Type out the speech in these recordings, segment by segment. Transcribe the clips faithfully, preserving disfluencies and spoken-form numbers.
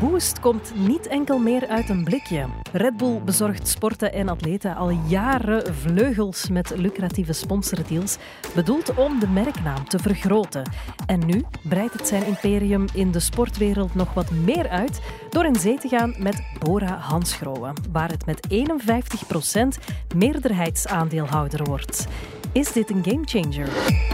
boost komt niet enkel meer uit een blikje. Red Bull bezorgt sporten en atleten al jaren vleugels met lucratieve sponsordeals, bedoeld om de merknaam te vergroten. En nu breidt het zijn imperium in de sportwereld nog wat meer uit door in zee te gaan met Bora Hansgrohe, waar het met eenenvijftig procent meerderheidsaandeelhouder wordt. Is dit een gamechanger?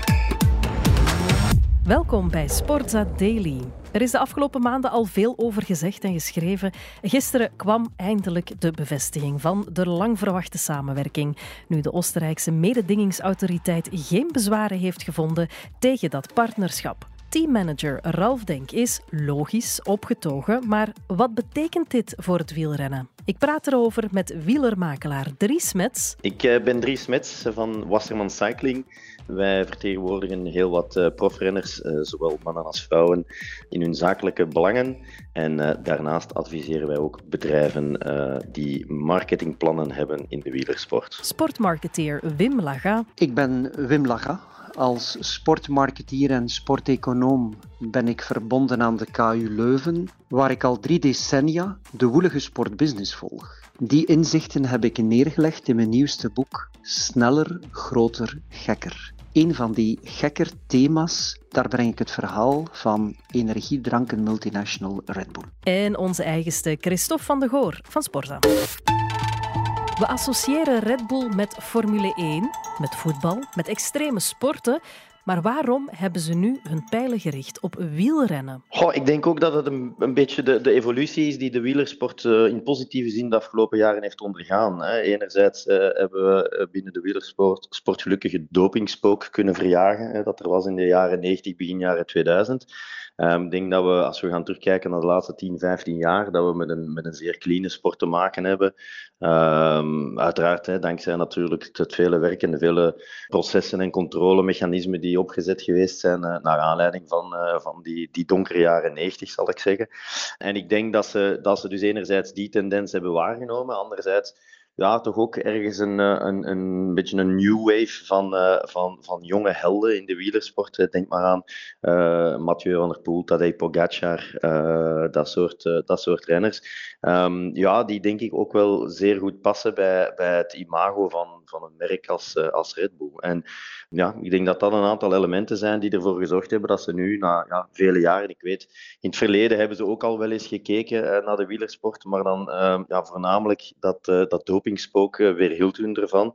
Welkom bij Sportza Daily. Er is de afgelopen maanden al veel over gezegd en geschreven. Gisteren kwam eindelijk de bevestiging van de lang verwachte samenwerking. Nu de Oostenrijkse mededingingsautoriteit geen bezwaren heeft gevonden tegen dat partnerschap. Teammanager Ralf Denk is logisch opgetogen, maar wat betekent dit voor het wielrennen? Ik praat erover met wielermakelaar Dries Mets. Ik ben Dries Mets van Wasserman Cycling. Wij vertegenwoordigen heel wat uh, profrenners, uh, zowel mannen als vrouwen, in hun zakelijke belangen. En uh, daarnaast adviseren wij ook bedrijven uh, die marketingplannen hebben in de wielersport. Sportmarketeer Wim Laga. Ik ben Wim Laga. Als sportmarketeer en sporteconoom ben ik verbonden aan de K U Leuven, waar ik al drie decennia de woelige sportbusiness volg. Die inzichten heb ik neergelegd in mijn nieuwste boek Sneller, Groter, Gekker. Een van die gekker thema's, daar breng ik het verhaal van energiedranken multinational Red Bull. En onze eigenste Christophe van de Goor van Sporza. We associëren Red Bull met Formule één, met voetbal, met extreme sporten. Maar waarom hebben ze nu hun pijlen gericht op wielrennen? Goh, ik denk ook dat het een, een beetje de, de evolutie is die de wielersport uh, in positieve zin de afgelopen jaren heeft ondergaan. Hè. Enerzijds uh, hebben we binnen de wielersport sport gelukkig het dopingspook kunnen verjagen, hè, dat er was in de jaren negentig, begin jaren tweeduizend. Um, ik denk dat we, als we gaan terugkijken naar de laatste tien, vijftien jaar, dat we met een, met een zeer clean sport te maken hebben. Um, uiteraard, hè, dankzij natuurlijk het vele werk en de vele processen en controlemechanismen die opgezet geweest zijn, uh, naar aanleiding van, uh, van die, die donkere jaren negentig, zal ik zeggen. En ik denk dat ze, dat ze dus enerzijds die tendens hebben waargenomen, anderzijds ja, toch ook ergens een, een, een beetje een new wave van, uh, van, van jonge helden in de wielersport. Denk maar aan uh, Mathieu van der Poel, Tadej Pogacar, uh, dat, soort, uh, dat soort renners. Um, ja, die denk ik ook wel zeer goed passen bij, bij het imago van, van een merk als, uh, als Red Bull. En ja, ik denk dat dat een aantal elementen zijn die ervoor gezorgd hebben dat ze nu, na ja, vele jaren, ik weet, in het verleden hebben ze ook al wel eens gekeken uh, naar de wielersport, maar dan uh, ja, voornamelijk dat, uh, dat dopingspook uh, weer hield hun ervan.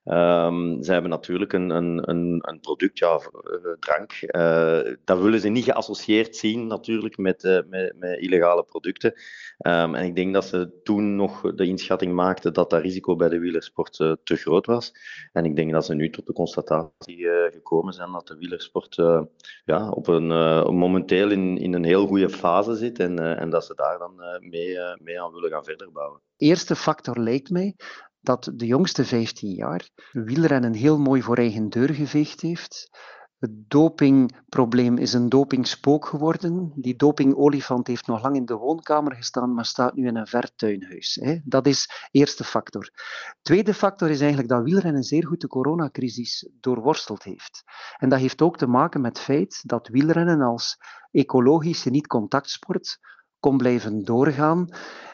Um, ze hebben natuurlijk een, een, een, een product, ja, uh, drank. Uh, dat willen ze niet geassocieerd zien natuurlijk met, uh, met, met illegale producten. Um, en ik denk dat ze toen nog de inschatting maakten dat dat risico bij de wielersport uh, te groot was. En ik denk dat ze nu tot de constatatie uh, gekomen zijn dat de wielersport uh, ja, op een, uh, momenteel in, in een heel goede fase zit en, uh, en dat ze daar dan uh, mee, uh, mee aan willen gaan verder bouwen. Eerste factor lijkt mij dat de jongste vijftien jaar wielrennen heel mooi voor eigen deur geveegd heeft. Het dopingprobleem is een dopingspook geworden. Die dopingolifant heeft nog lang in de woonkamer gestaan, maar staat nu in een ver tuinhuis. Dat is de eerste factor. Tweede factor is eigenlijk dat wielrennen zeer goed de coronacrisis doorworsteld heeft. En dat heeft ook te maken met het feit dat wielrennen als ecologische niet-contactsport kon blijven doorgaan.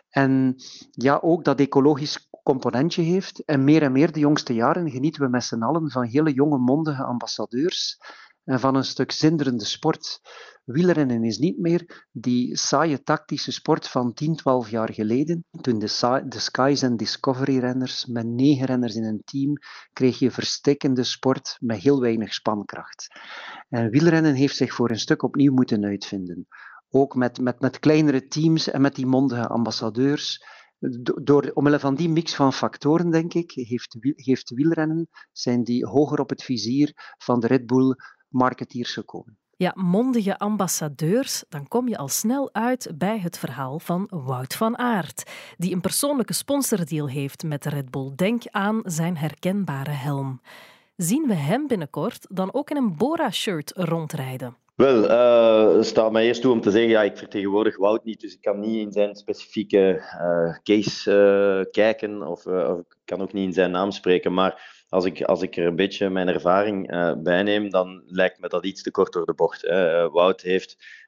En ja, ook dat ecologisch componentje heeft. En meer en meer de jongste jaren genieten we met z'n allen van hele jonge, mondige ambassadeurs en van een stuk zinderende sport. Wielrennen is niet meer die saaie tactische sport van tien, twaalf jaar geleden. Toen de, sa- de Skies en Discovery renners met negen renners in een team, kreeg je verstikkende sport met heel weinig spankracht. En wielrennen heeft zich voor een stuk opnieuw moeten uitvinden. Ook met, met, met kleinere teams en met die mondige ambassadeurs. Door, omwille van die mix van factoren, denk ik, heeft, heeft wielrennen, zijn die hoger op het vizier van de Red Bull marketeers gekomen. Ja, mondige ambassadeurs, dan kom je al snel uit bij het verhaal van Wout van Aert, die een persoonlijke sponsordeal heeft met de Red Bull. Denk aan zijn herkenbare helm. Zien we hem binnenkort dan ook in een Bora-shirt rondrijden? Wel, uh, staat mij eerst toe om te zeggen, ja, ik vertegenwoordig Wout niet, dus ik kan niet in zijn specifieke uh, case uh, kijken of, uh, of ik kan ook niet in zijn naam spreken, maar als ik, als ik er een beetje mijn ervaring uh, bij neem, dan lijkt me dat iets te kort door de bocht. Hè. Uh, Wout heeft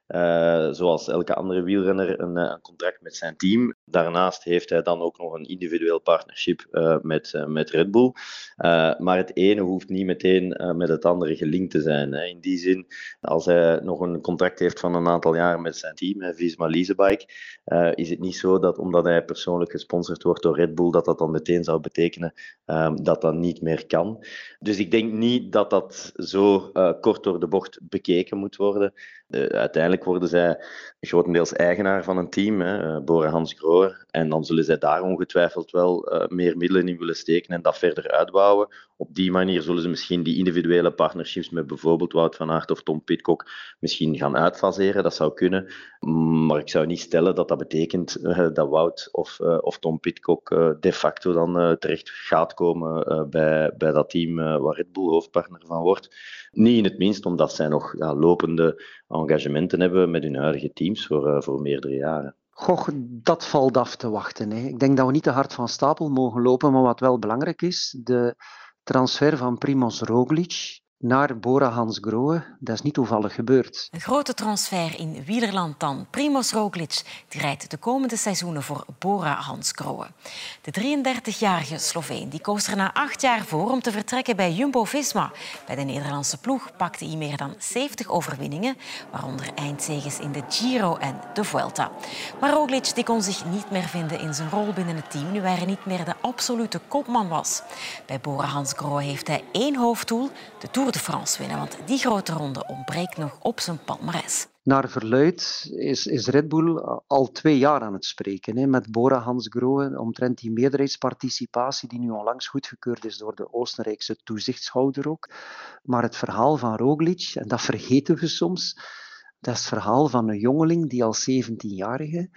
uh, zoals elke andere wielrenner, een, een contract met zijn team. Daarnaast heeft hij dan ook nog een individueel partnership uh, met, uh, met Red Bull. Uh, maar het ene hoeft niet meteen uh, met het andere gelinkt te zijn. Hè. In die zin, als hij nog een contract heeft van een aantal jaar met zijn team, hè, Visma Leasebike, uh, is het niet zo dat omdat hij persoonlijk gesponsord wordt door Red Bull, dat dat dan meteen zou betekenen um, dat dat niet meer kan. Dus ik denk niet dat dat zo uh, kort door de bocht bekeken moet worden. Uh, uiteindelijk worden zij grotendeels eigenaar van een team, hè, uh, Bora Hansgrohe, en dan zullen zij daar ongetwijfeld wel uh, meer middelen in willen steken en dat verder uitbouwen. Op die manier zullen ze misschien die individuele partnerships met bijvoorbeeld Wout van Aert of Tom Pidcock misschien gaan uitfaseren. Dat zou kunnen. Maar ik zou niet stellen dat dat betekent uh, dat Wout of, uh, of Tom Pidcock uh, de facto dan uh, terecht gaat komen uh, bij, bij dat team uh, waar Red Bull hoofdpartner van wordt. Niet in het minst omdat zij nog ja, lopende engagementen hebben met hun huidige teams voor, uh, voor meerdere jaren. Goh, dat valt af te wachten. Hè. Ik denk dat we niet te hard van stapel mogen lopen, maar wat wel belangrijk is, de transfer van Primož Roglič naar Bora Hansgrohe, dat is niet toevallig gebeurd. Een grote transfer in wielerland dan. Primož Roglič die rijdt de komende seizoenen voor Bora Hansgrohe. De drieëndertigjarige Sloveen die koos er na acht jaar voor om te vertrekken bij Jumbo-Visma. Bij de Nederlandse ploeg pakte hij meer dan zeventig overwinningen, waaronder eindzeges in de Giro en de Vuelta. Maar Roglič die kon zich niet meer vinden in zijn rol binnen het team, nu hij niet meer de absolute kopman was. Bij Bora Hansgrohe heeft hij één hoofddoel, de Tour de France winnen, want die grote ronde ontbreekt nog op zijn palmares. Naar verluidt is, is Red Bull al twee jaar aan het spreken, hè, met Bora Hansgrohe, omtrent die meerderheidsparticipatie die nu onlangs goedgekeurd is door de Oostenrijkse toezichtshouder ook. Maar het verhaal van Roglič, en dat vergeten we soms, dat is het verhaal van een jongeling die als zeventienjarige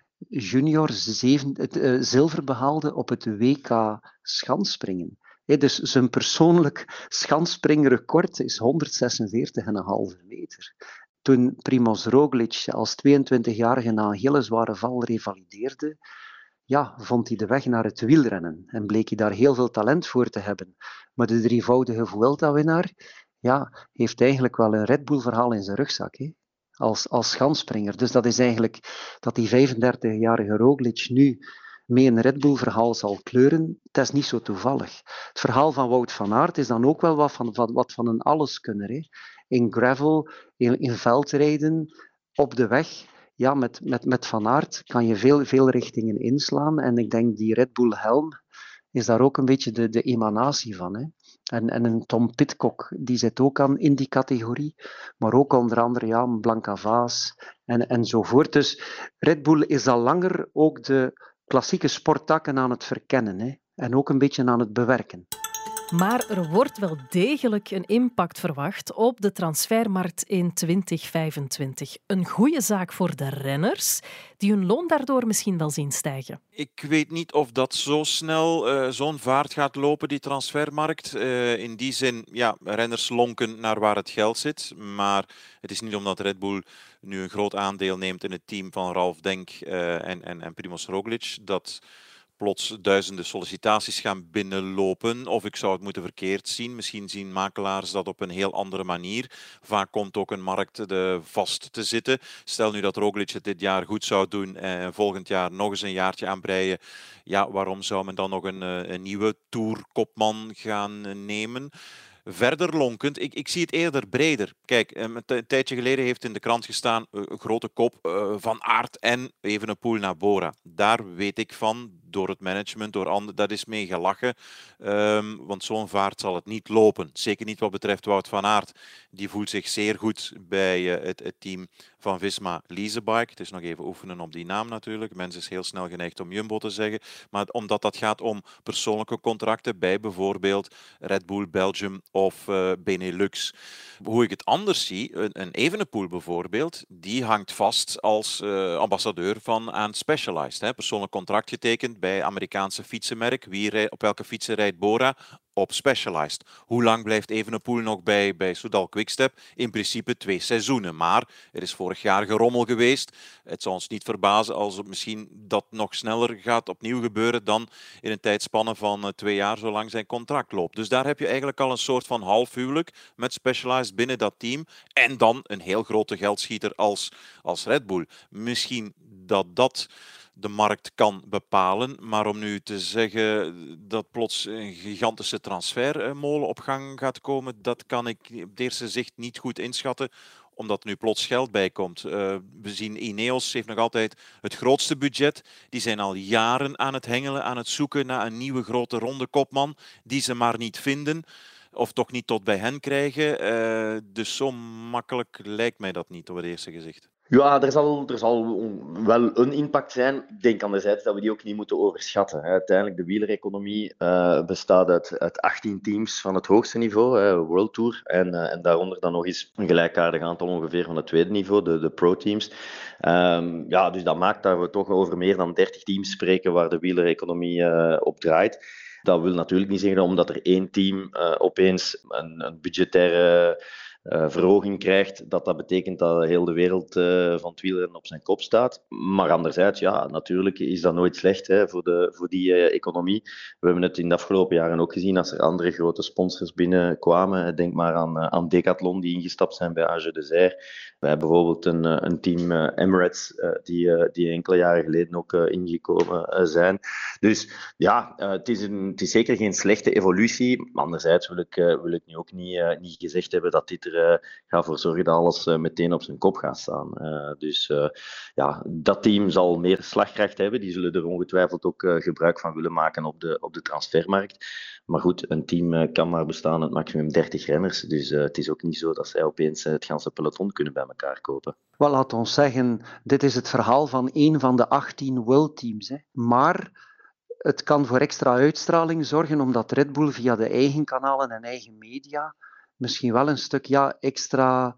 junior zeven, het, uh, zilver behaalde op het W K schansspringen. He, dus zijn persoonlijk schansspringrecord is honderdzesenveertig komma vijf meter. Toen Primož Roglič als tweeëntwintigjarige na een hele zware val revalideerde, ja, vond hij de weg naar het wielrennen en bleek hij daar heel veel talent voor te hebben. Maar de drievoudige Vuelta-winnaar ja, heeft eigenlijk wel een Red Bull-verhaal in zijn rugzak, he, als, als schansspringer. Dus dat is eigenlijk dat die vijfendertigjarige Roglič nu mee een Red Bull-verhaal zal kleuren, dat is niet zo toevallig. Het verhaal van Wout van Aert is dan ook wel wat van, van, wat van een alleskunner. Hè. In gravel, in, in veldrijden, op de weg. Ja, met, met, met Van Aert kan je veel, veel richtingen inslaan. En ik denk die Red Bull-helm is daar ook een beetje de, de emanatie van. Hè. En, en een Tom Pidcock, die zit ook aan in die categorie. Maar ook onder andere ja, een Blanca Vaas en, enzovoort. Dus Red Bull is al langer ook de klassieke sporttakken aan het verkennen, hè? En ook een beetje aan het bewerken. Maar er wordt wel degelijk een impact verwacht op de transfermarkt in twintig vijfentwintig. Een goede zaak voor de renners, die hun loon daardoor misschien wel zien stijgen. Ik weet niet of dat zo snel uh, zo'n vaart gaat lopen, die transfermarkt. Uh, in die zin, ja, renners lonken naar waar het geld zit. Maar het is niet omdat Red Bull nu een groot aandeel neemt in het team van Ralf Denk uh, en, en, en Primož Roglič, dat plots duizenden sollicitaties gaan binnenlopen. Of ik zou het moeten verkeerd zien. Misschien zien makelaars dat op een heel andere manier. Vaak komt ook een markt de vast te zitten. Stel nu dat Roglič het dit jaar goed zou doen en volgend jaar nog eens een jaartje aanbreien. Ja, waarom zou men dan nog een, een nieuwe Tour-kopman gaan nemen? Verder lonkend, ik, ik zie het eerder breder. Kijk, een tijdje geleden heeft in de krant gestaan een grote kop uh, Van Aert en Evenepoel naar Bora. Daar weet ik van, door het management, door anderen, dat is mee gelachen. Um, want zo'n vaart zal het niet lopen. Zeker niet wat betreft Wout van Aert. Die voelt zich zeer goed bij uh, het, het team van Visma Leasebike. Het is nog even oefenen op die naam natuurlijk. Mensen is heel snel geneigd om Jumbo te zeggen. Maar omdat dat gaat om persoonlijke contracten bij bijvoorbeeld Red Bull Belgium of uh, Benelux. Hoe ik het anders zie, een, een Evenepoel bijvoorbeeld, die hangt vast als uh, ambassadeur van aan Specialized. Hè. Persoonlijk contract getekend bij Amerikaanse fietsenmerk. Wie rij, op welke fietsen rijdt Bora? Op Specialized. Hoe lang blijft Evenepoel nog bij, bij Soudal Quickstep? In principe twee seizoenen. Maar er is vorig jaar gerommel geweest. Het zou ons niet verbazen als het misschien dat nog sneller gaat opnieuw gebeuren dan in een tijdspanne van uh, twee jaar, zolang zijn contract loopt. Dus daar heb je eigenlijk al een soort van halfhuwelijk met Specialized binnen dat team. En dan een heel grote geldschieter als, als Red Bull. Misschien dat dat de markt kan bepalen. Maar om nu te zeggen dat plots een gigantische transfermolen op gang gaat komen, dat kan ik op het eerste zicht niet goed inschatten, omdat er nu plots geld bij komt. Uh, we zien Ineos heeft nog altijd het grootste budget. Die zijn al jaren aan het hengelen, aan het zoeken naar een nieuwe grote ronde kopman, die ze maar niet vinden. Of toch niet tot bij hen krijgen. Uh, dus zo makkelijk lijkt mij dat niet op het eerste gezicht. Ja, er zal, er zal wel een impact zijn. Ik denk anderzijds dat we die ook niet moeten overschatten. Uiteindelijk, de wielereconomie uh, bestaat uit, uit achttien teams van het hoogste niveau, hè, World Tour. En, uh, en daaronder dan nog eens een gelijkaardig aantal ongeveer van het tweede niveau, de, de pro-teams. Um, ja, dus dat maakt dat we toch over meer dan dertig teams spreken waar de wielereconomie uh, op draait. Dat wil natuurlijk niet zeggen omdat er één team uh, opeens een, een budgettaire uh, verhoging krijgt, dat dat betekent dat heel de wereld uh, van het wielrennen op zijn kop staat. Maar anderzijds, ja, natuurlijk is dat nooit slecht, hè, voor, de, voor die uh, economie. We hebben het in de afgelopen jaren ook gezien als er andere grote sponsors binnenkwamen. Denk maar aan, uh, aan Decathlon, die ingestapt zijn bij A G Desert. We hebben bijvoorbeeld een, uh, een team uh, Emirates, uh, die, uh, die enkele jaren geleden ook uh, ingekomen uh, zijn. Dus ja, uh, het, is een, het is zeker geen slechte evolutie. Anderzijds wil ik, uh, wil ik nu ook niet, uh, niet gezegd hebben dat dit er uh, gaat voor zorgen dat alles uh, meteen op zijn kop gaat staan. Uh, dus uh, ja, dat team zal meer slagkracht hebben. Die zullen er ongetwijfeld ook uh, gebruik van willen maken op de, op de transfermarkt. Maar goed, een team uh, kan maar bestaan uit maximum dertig renners. Dus uh, het is ook niet zo dat zij opeens uh, het ganse peloton kunnen bij elkaar kopen. Wel, laat ons zeggen, dit is het verhaal van één van de achttien World Teams. Hè. Maar het kan voor extra uitstraling zorgen, omdat Red Bull via de eigen kanalen en eigen media misschien wel een stuk ja, extra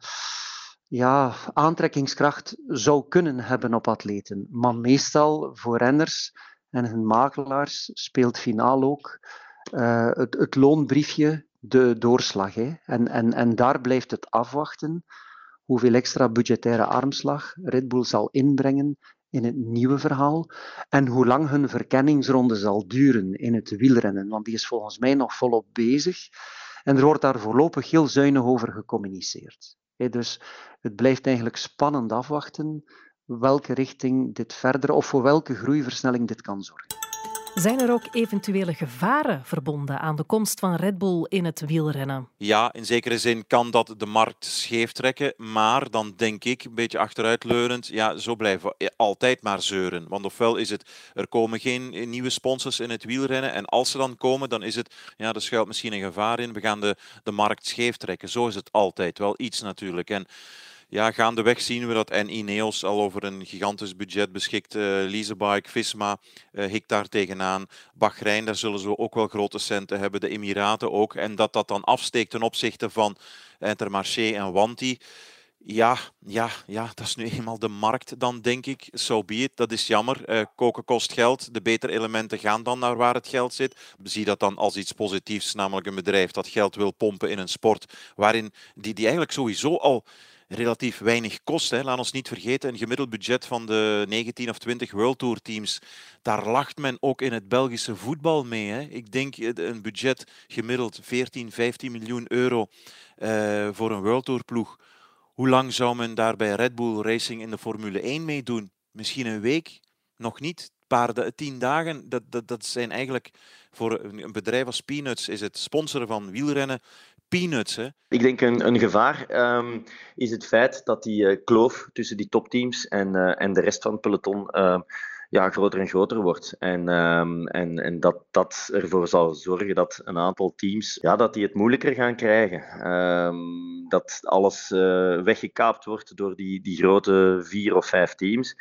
ja, aantrekkingskracht zou kunnen hebben op atleten. Maar meestal voor renners en hun makelaars speelt finaal ook uh, het, het loonbriefje de doorslag. Hè. En, en, en daar blijft het afwachten hoeveel extra budgettaire armslag Red Bull zal inbrengen in het nieuwe verhaal en hoe lang hun verkenningsronde zal duren in het wielrennen, want die is volgens mij nog volop bezig en er wordt daar voorlopig heel zuinig over gecommuniceerd. Dus het blijft eigenlijk spannend afwachten welke richting dit verder of voor welke groeiversnelling dit kan zorgen. Zijn er ook eventuele gevaren verbonden aan de komst van Red Bull in het wielrennen? Ja, in zekere zin kan dat de markt scheef trekken, maar dan denk ik, een beetje achteruitleunend, ja, zo blijven we altijd maar zeuren. Want ofwel is het, er komen geen nieuwe sponsors in het wielrennen en als ze dan komen, dan is het, ja, er schuilt misschien een gevaar in, we gaan de, de markt scheef trekken. Zo is het altijd, wel iets natuurlijk. En ja, gaandeweg zien we dat en Ineos al over een gigantisch budget beschikt. Uh, Leasebike, Visma uh, hikt daar tegenaan. Bahrein, daar zullen ze ook wel grote centen hebben. De Emiraten ook. En dat dat dan afsteekt ten opzichte van Intermarché en Wanty. Ja, ja, ja, dat is nu eenmaal de markt dan, denk ik. So be it, dat is jammer. Uh, koken kost geld. De betere elementen gaan dan naar waar het geld zit. Zie dat dan als iets positiefs, namelijk een bedrijf dat geld wil pompen in een sport waarin die, die eigenlijk sowieso al relatief weinig kost. Hè. Laat ons niet vergeten, een gemiddeld budget van de negentien of twintig World Tour teams, daar lacht men ook in het Belgische voetbal mee. Hè. Ik denk een budget gemiddeld veertien, vijftien miljoen euro uh, voor een World Tour ploeg. Hoe lang zou men daar bij Red Bull Racing in de Formule één meedoen? Misschien een week? Nog niet? Een paar, tien dagen? Dat, dat, dat zijn eigenlijk voor een bedrijf als Peanuts is het sponsoren van wielrennen peanuts, hè? Ik denk een, een gevaar um, is het feit dat die uh, kloof tussen die topteams en, uh, en de rest van het peloton uh, ja, groter en groter wordt. En, um, en, en dat dat ervoor zal zorgen dat een aantal teams ja, dat die het moeilijker gaan krijgen. Um, dat alles uh, weggekaapt wordt door die, die grote vier of vijf teams.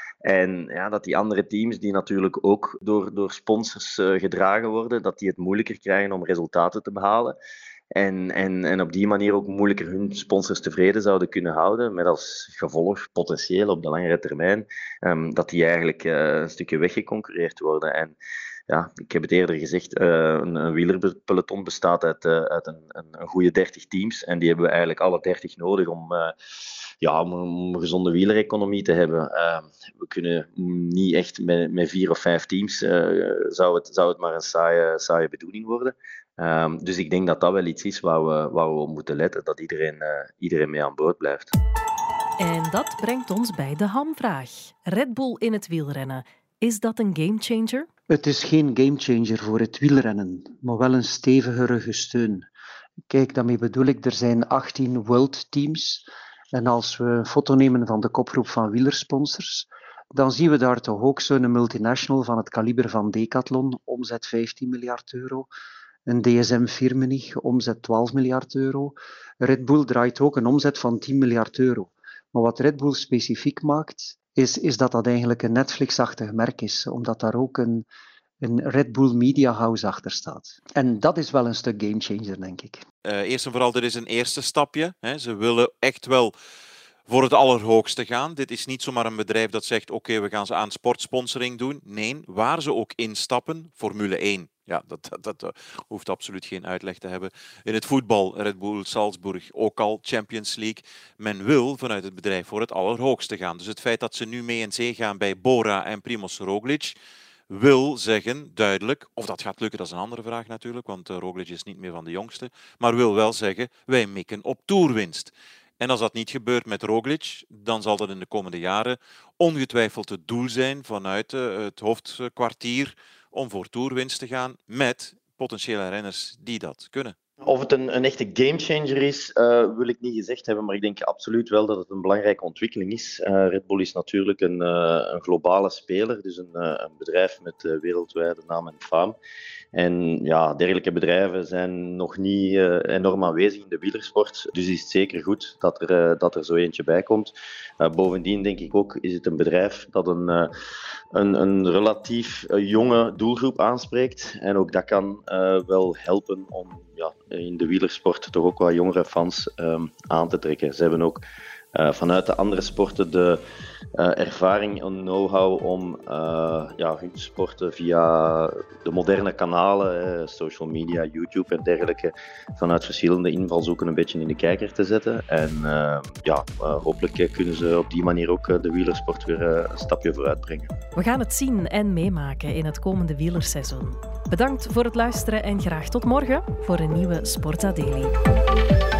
En ja, dat die andere teams, die natuurlijk ook door, door sponsors uh, gedragen worden, dat die het moeilijker krijgen om resultaten te behalen. En, en, en op die manier ook moeilijker hun sponsors tevreden zouden kunnen houden, met als gevolg potentieel op de langere termijn um, dat die eigenlijk uh, een stukje weggeconcurreerd worden. En ja, ik heb het eerder gezegd, uh, een, een wielerpeloton bestaat uit, uh, uit een, een, een goede dertig teams en die hebben we eigenlijk alle dertig nodig om, uh, ja, om, om een gezonde wielereconomie te hebben. Uh, we kunnen niet echt met, met vier of vijf teams, uh, zou, het, zou het maar een saaie, saaie bedoeling worden. Um, dus ik denk dat dat wel iets is waar we, waar we op moeten letten, dat iedereen, uh, iedereen mee aan boord blijft. En dat brengt ons bij de hamvraag. Red Bull in het wielrennen, is dat een gamechanger? Het is geen gamechanger voor het wielrennen, maar wel een stevigere steun. Kijk, daarmee bedoel ik, er zijn achttien world teams. En als we een foto nemen van de kopgroep van wielersponsors, dan zien we daar toch ook zo'n multinational van het kaliber van Decathlon, omzet vijftien miljard euro. Een D S M-Firmenich, omzet twaalf miljard euro. Red Bull draait ook een omzet van tien miljard euro. Maar wat Red Bull specifiek maakt, is, is dat dat eigenlijk een Netflix-achtig merk is, omdat daar ook een, een Red Bull Media House achter staat. En dat is wel een stuk gamechanger, denk ik. Uh, eerst en vooral, dit is een eerste stapje. Hè. Ze willen echt wel voor het allerhoogste gaan. Dit is niet zomaar een bedrijf dat zegt, oké, okay, we gaan ze aan sportsponsoring doen. Nee, waar ze ook instappen, Formule één. Ja, dat, dat, dat uh, hoeft absoluut geen uitleg te hebben. In het voetbal, Red Bull Salzburg, ook al Champions League. Men wil vanuit het bedrijf voor het allerhoogste gaan. Dus het feit dat ze nu mee in zee gaan bij Bora en Primož Roglič wil zeggen, duidelijk, of dat gaat lukken, dat is een andere vraag natuurlijk, want uh, Roglič is niet meer van de jongste, maar wil wel zeggen, wij mikken op toerwinst. En als dat niet gebeurt met Roglič, dan zal dat in de komende jaren ongetwijfeld het doel zijn vanuit uh, het hoofdkwartier om voor toerwinst te gaan met potentiële renners die dat kunnen. Of het een, een echte gamechanger is, uh, wil ik niet gezegd hebben, maar ik denk absoluut wel dat het een belangrijke ontwikkeling is. Uh, Red Bull is natuurlijk een, uh, een globale speler, dus een, uh, een bedrijf met uh, wereldwijde naam en faam. En ja, dergelijke bedrijven zijn nog niet uh, enorm aanwezig in de wielersport, dus is het zeker goed dat er, uh, dat er zo eentje bij komt. Uh, bovendien denk ik ook, is het een bedrijf dat een, uh, een, een relatief uh, jonge doelgroep aanspreekt. En ook dat kan uh, wel helpen om ja, in de wielersport toch ook wat jongere fans um, aan te trekken. Ze hebben ook uh, vanuit de andere sporten de uh, ervaring en know-how om uh, ja, hun sporten via de moderne kanalen, uh, social media, YouTube en dergelijke, vanuit verschillende invalshoeken een beetje in de kijker te zetten. En uh, ja, uh, hopelijk kunnen ze op die manier ook uh, de wielersport weer uh, een stapje vooruit brengen. We gaan het zien en meemaken in het komende wielerseizoen. Bedankt voor het luisteren en graag tot morgen voor een nieuwe Sporza Daily.